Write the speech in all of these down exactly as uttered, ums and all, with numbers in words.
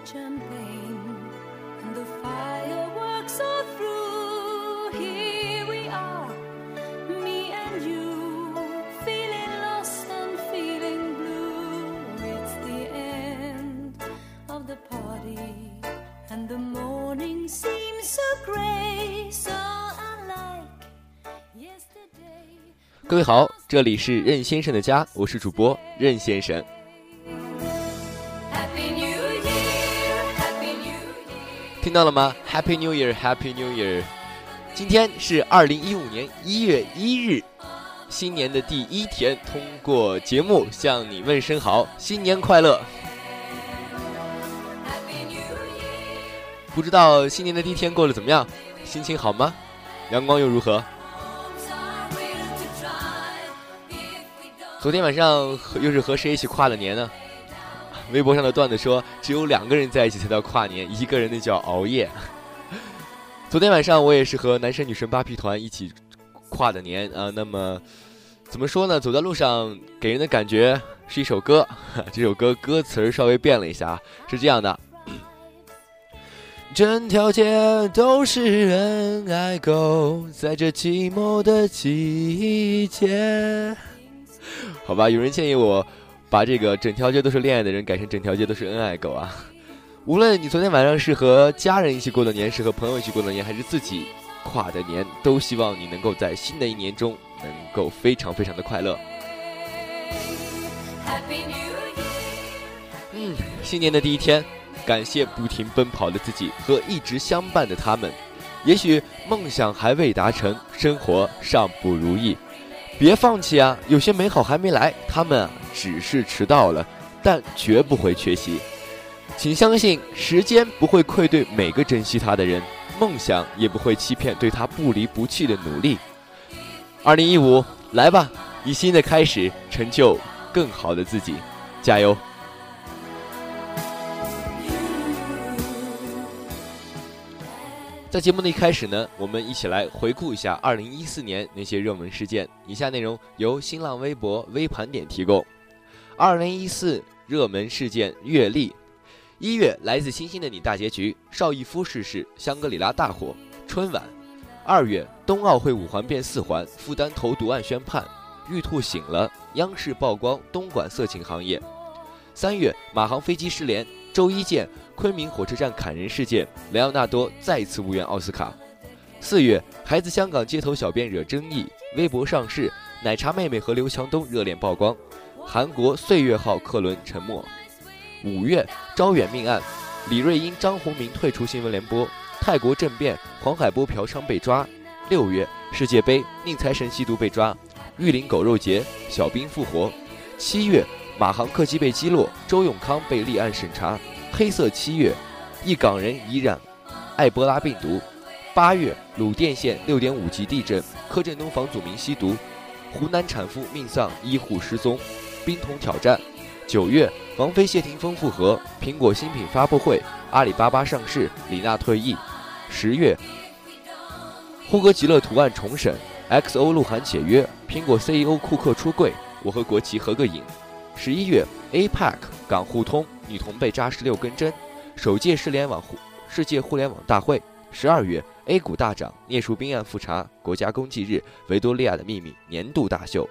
各位好，这里是任先生的家，我是主播任先生。听到了吗？ Happy New Year Happy New Year。 今天是二零一五年一月一日，新年的第一天，通过节目向你问声好，新年快乐。不知道新年的第一天过得怎么样，心情好吗？阳光又如何？昨天晚上又是和谁一起跨的年呢？微博上的段子说，只有两个人在一起才叫跨年，一个人那叫熬夜。昨天晚上我也是和男神女神八 P 团一起跨的年啊。那么怎么说呢？走在路上给人的感觉是一首歌，这首歌歌词稍微变了一下，是这样的：整条街都是恩爱狗，在这寂寞的季节。好吧，有人建议我把这个整条街都是恋爱的人改成整条街都是恩爱狗啊。无论你昨天晚上是和家人一起过的年，是和朋友一起过的年，还是自己跨的年，都希望你能够在新的一年中能够非常非常的快乐。嗯，新年的第一天，感谢不停奔跑的自己和一直相伴的他们。也许梦想还未达成，生活尚不如意，别放弃啊！有些美好还没来，他们啊只是迟到了，但绝不会缺席。请相信，时间不会愧对每个珍惜他的人，梦想也不会欺骗对他不离不弃的努力。二零一五，来吧，以新的开始，成就更好的自己，加油！在节目的一开始呢，我们一起来回顾一下二零一四年那些热门事件。以下内容由新浪微博微盘点提供。二零一四热门事件月历：一月，来自星星的你大结局，邵逸夫逝世，香格里拉大火。春晚。二月，冬奥会五环变四环，复旦投毒案宣判，玉兔醒了，央视曝光东莞色情行业。三月，马航飞机失联，周一见昆明火车站砍人事件，莱昂纳多再次无缘奥斯卡。四月，孩子香港街头小便惹争议，微博上市，奶茶妹妹和刘强东热恋曝光。韩国岁月号客轮沉没。五月，招远命案，李瑞英、张宏明退出新闻联播。泰国政变，黄海波嫖娼被抓。六月，世界杯，宁财神吸毒被抓。玉林狗肉节，小兵复活。七月，马航客机被击落，周永康被立案审查。黑色七月，一港人疑染埃博拉病毒。八月，鲁甸县 六点五 级地震，柯震东房祖名吸毒。湖南产妇命丧，医护失踪。冰桶挑战。九月，王菲谢霆锋复合，苹果新品发布会，阿里巴巴上市，李娜退役。十月，呼格吉勒图案重审 ，X O 鹿晗解约，苹果 C E O 库克出柜，我和国旗合个影。十一月 ，A P E C 港互通，女童被扎十六根针，首届世联网互世界互联网大会。十二月 ，A 股大涨，聂树斌案复查，国家公祭日，维多利亚的秘密年度大秀。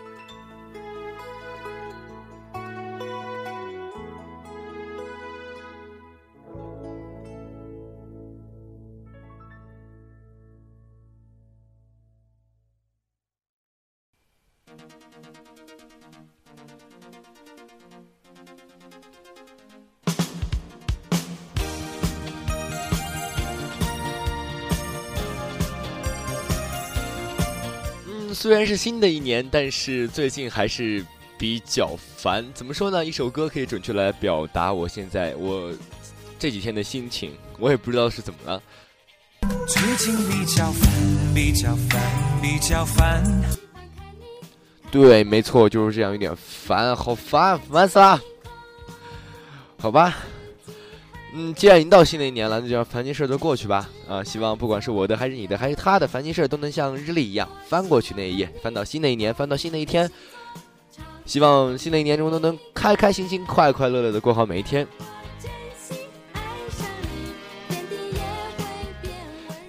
虽然是新的一年，但是最近还是比较烦。怎么说呢？一首歌可以准确来表达我现在我这几天的心情，我也不知道是怎么了。最近比较烦，比较烦，比较烦。对，没错，就是这样，有点烦，好烦，烦死了。好吧。嗯，既然已经到新的一年了，那就让烦心事都过去吧。啊，希望不管是我的还是你的还是他的烦心事都能像日历一样翻过去那一页，翻到新的一年，翻到新的一天。希望新的一年中都能开开心心、快快乐乐的过好每一天。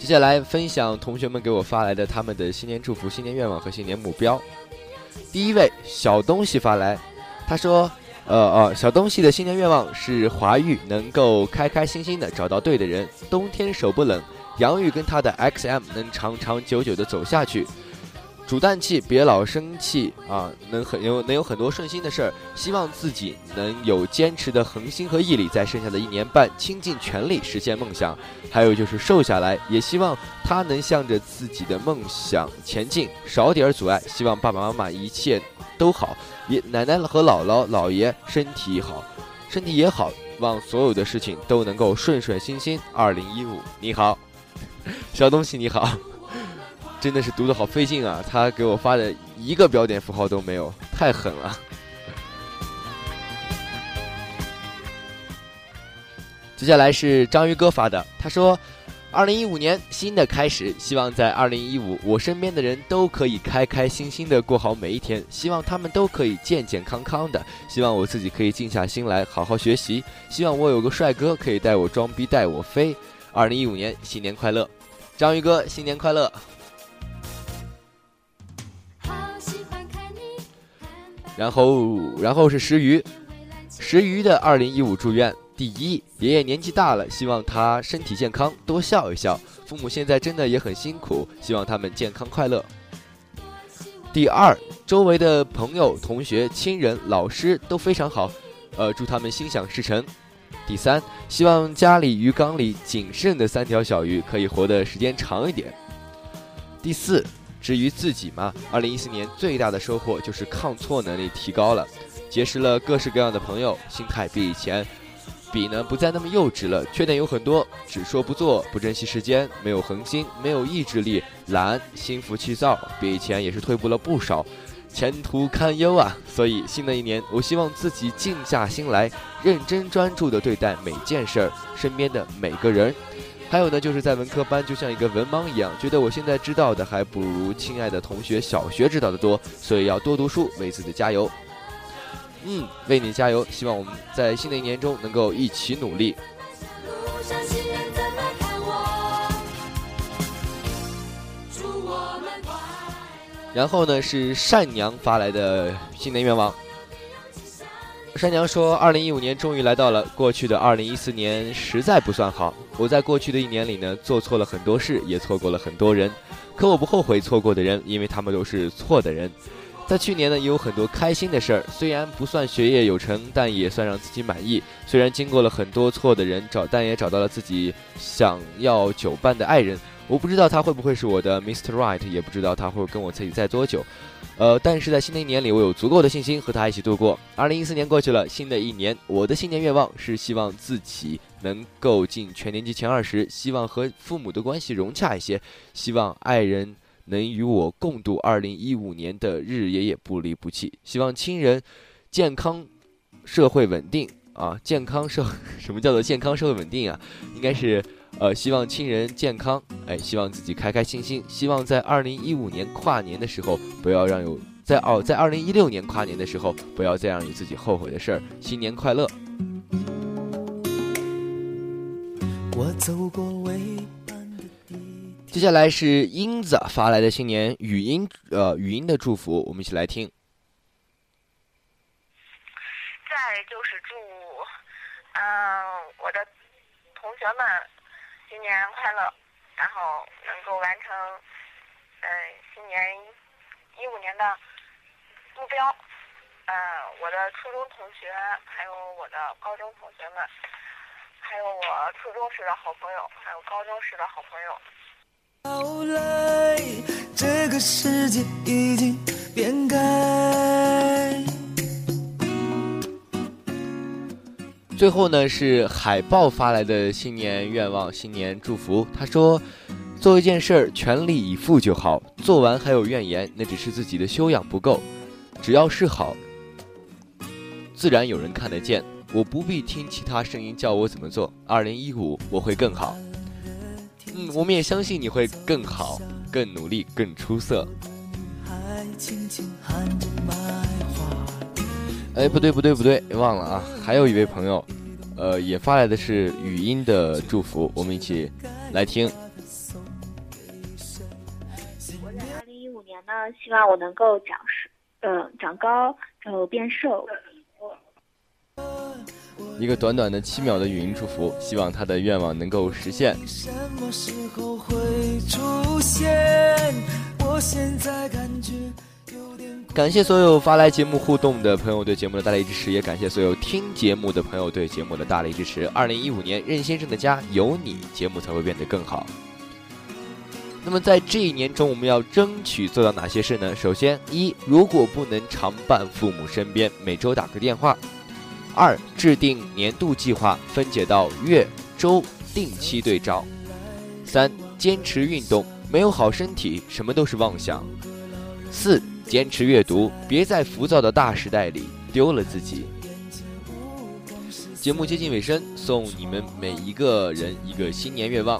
接下来分享同学们给我发来的他们的新年祝福、新年愿望和新年目标。第一位小东西发来，他说呃呃，小东西的新年愿望是华育能够开开心心的找到对的人，冬天手不冷，杨玉跟他的 X M 能长长久久的走下去，煮蛋气别老生气啊，能很有能有很多顺心的事儿，希望自己能有坚持的恒心和毅力，在剩下的一年半倾尽全力实现梦想。还有就是瘦下来，也希望他能向着自己的梦想前进，少点阻碍，希望爸爸妈妈一切都好，爷奶奶和姥姥姥爷身体好，身体也好，望所有的事情都能够顺顺心心。二零一五，你好，小东西你好，真的是读得好费劲啊！他给我发的一个标点符号都没有，太狠了。接下来是章鱼哥发的，他说二零一五年新的开始，希望在二零一五我身边的人都可以开开心心的过好每一天，希望他们都可以健健康康的，希望我自己可以静下心来好好学习，希望我有个帅哥可以带我装逼带我飞。二零一五年新年快乐，章鱼哥新年快乐。然后然后是石鱼，石鱼的二零一五祝愿：第一，爷爷年纪大了，希望他身体健康，多笑一笑。父母现在真的也很辛苦，希望他们健康快乐。第二，周围的朋友、同学、亲人、老师都非常好，呃，祝他们心想事成。第三，希望家里鱼缸里仅剩的三条小鱼可以活得时间长一点。第四，至于自己嘛，二零一四年最大的收获就是抗挫能力提高了，结识了各式各样的朋友，心态比以前比呢不再那么幼稚了，缺点有很多，只说不做，不珍惜时间，没有恒心，没有意志力，懒，心浮气躁，比以前也是退步了不少，前途堪忧啊！所以新的一年，我希望自己静下心来，认真专注地对待每件事儿，身边的每个人。还有呢，就是在文科班就像一个文盲一样，觉得我现在知道的还不如亲爱的同学小学知道的多，所以要多读书，为自己加油。嗯，为你加油！希望我们在新的一年中能够一起努力。然后呢，是善娘发来的新年愿望。善娘说，二零一五年终于来到了，过去的二零一四年实在不算好。我在过去的一年里呢，做错了很多事，也错过了很多人。可我不后悔错过的人，因为他们都是错的人。在去年呢，也有很多开心的事儿，虽然不算学业有成，但也算让自己满意。虽然经过了很多错的人找，但也找到了自己想要久伴的爱人。我不知道他会不会是我的 mister Right， 也不知道他会跟我自己在多久。呃，但是在新的一年里，我有足够的信心和他一起度过。二零一四年过去了，新的一年，我的新年愿望是希望自己能够进全年级前二十，希望和父母的关系融洽一些，希望爱人能与我共度二零一五年的日夜夜不离不弃，希望亲人健康，社会稳定啊！健康社什么叫做健康社会稳定啊？应该是呃，希望亲人健康，哎，希望自己开开心心，希望在二零一五年跨年的时候不要让有在哦，在二零一六年跨年的时候不要再让有自己后悔的事儿。新年快乐！我走过未接下来是英子发来的新年语音，呃，语音的祝福，我们一起来听。 再就是祝，嗯、呃，我的同学们新年快乐，然后能够完成，嗯、呃，新年一五年的目标。嗯、呃，我的初中同学，还有我的高中同学们，还有我初中时的好朋友，还有高中时的好朋友。后来这个世界已经变改。 最后呢是海豹发来的新年愿望、新年祝福。他说，做一件事儿全力以赴就好，做完还有怨言，那只是自己的修养不够。只要是好，自然有人看得见，我不必听其他声音叫我怎么做。二零一五我会更好。嗯，我们也相信你会更好、更努力、更出色。哎，不对不对不对，忘了啊！还有一位朋友，呃，也发来的是语音的祝福，我们一起来听。 呢，希望我能够长呃长高，然后变瘦。 一个短短的七秒的语音祝福，希望他的愿望能够实现。 什么时候会出现？我现在感觉有点。 感谢所有发来节目互动的朋友对节目的大力支持，也感谢所有听节目的朋友对节目的大力支持。二零一五年，任先生的家有你，节目才会变得更好。那么在这一年中，我们要争取做到哪些事呢？首先，一，如果不能常伴父母身边，每周打个电话。二，制定年度计划，分解到月、周，定期对照。三，坚持运动，没有好身体，什么都是妄想。四，坚持阅读，别在浮躁的大时代里丢了自己。节目接近尾声，送你们每一个人一个新年愿望。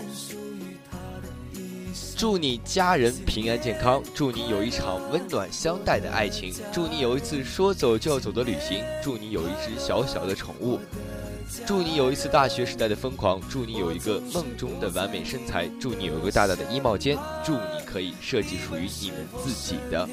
祝你家人平安健康，祝你有一场温暖相待的爱情，祝你有一次说走就要走的旅行，祝你有一只小小的宠物，祝你有一次大学时代的疯狂，祝你有一个梦中的完美身材，祝你有个大大的衣帽间，祝你可以设计属于你们自己的。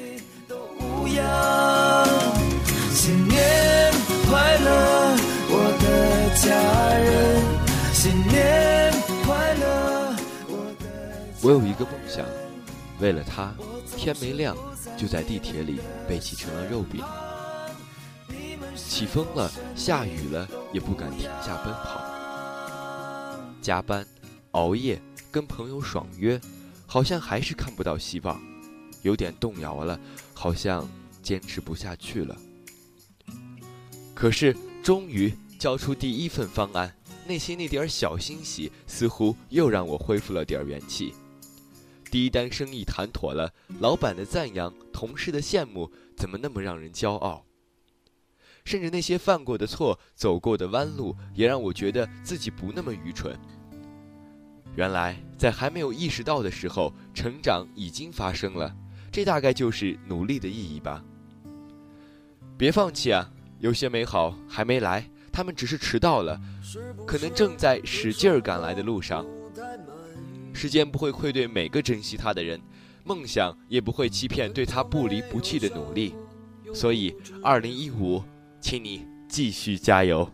新年快乐，我的家人，新年快乐。 我有一个梦想，为了它，天没亮就在地铁里被挤成了肉饼。起风了，下雨了，也不敢停下奔跑。加班、熬夜，跟朋友爽约，好像还是看不到希望，有点动摇了，好像坚持不下去了。可是，终于交出第一份方案，内心那点小欣喜，似乎又让我恢复了点元气。第一单生意谈妥了，老板的赞扬，同事的羡慕，怎么那么让人骄傲？甚至那些犯过的错，走过的弯路，也让我觉得自己不那么愚蠢。原来，在还没有意识到的时候，成长已经发生了，这大概就是努力的意义吧。别放弃啊，有些美好还没来，他们只是迟到了，可能正在使劲儿赶来的路上。时间不会愧对每个珍惜他的人，梦想也不会欺骗对他不离不弃的努力。所以二零一五，请你继续加油。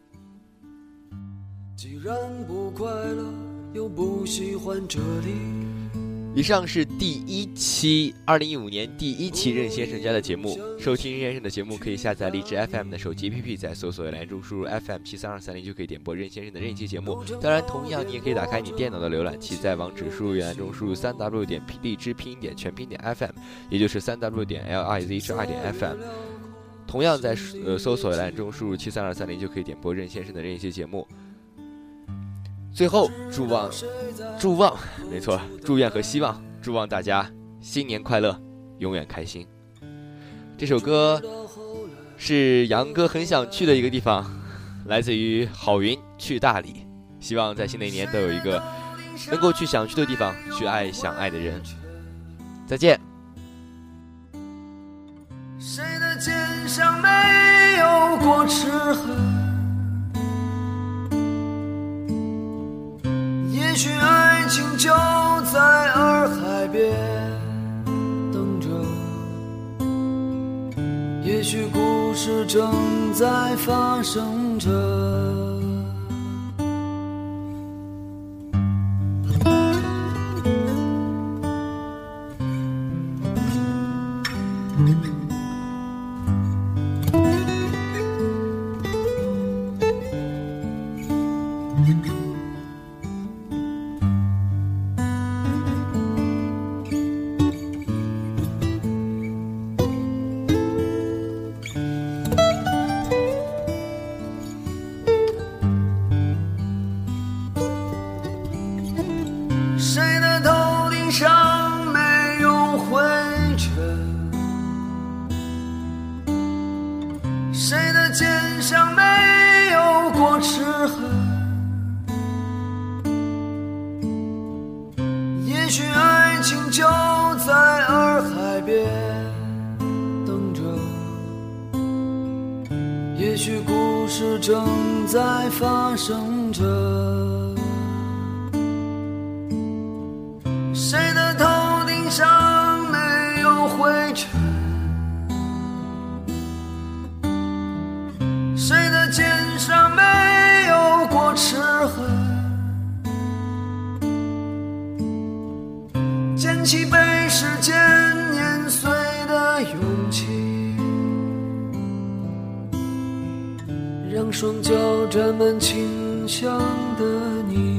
既然不快乐，又不喜欢这里。 以上是第一期二零一五年第一期任先生家的节目。收听任先生的节目可以下载荔枝 F M 的手机 A P P， 在搜索栏中输入 F M 七三二三零就可以点播任先生的任期节目。当然同样你也可以打开你电脑的浏览器，在网址输入原来中输入 三 w 点荔枝拼音点全拼点 F M， 也就是 三 w 点 L I Z H I 点 F M。 同样在呃搜索栏中输入七三二三零就可以点播任先生的任期节目。最后祝望祝望没错祝愿和希望，祝望大家新年快乐，永远开心。这首歌是杨哥很想去的一个地方，来自于郝云，去大理。希望在新的一年都有一个能够去想去的地方，去爱想爱的人。再见。 谁的肩上没有过齿痕？也许爱情就在洱海边等着，也许故事正在发生着。也许爱情就在洱海边等着，也许故事正在发生着。谁的头顶上没有沾满清香的你。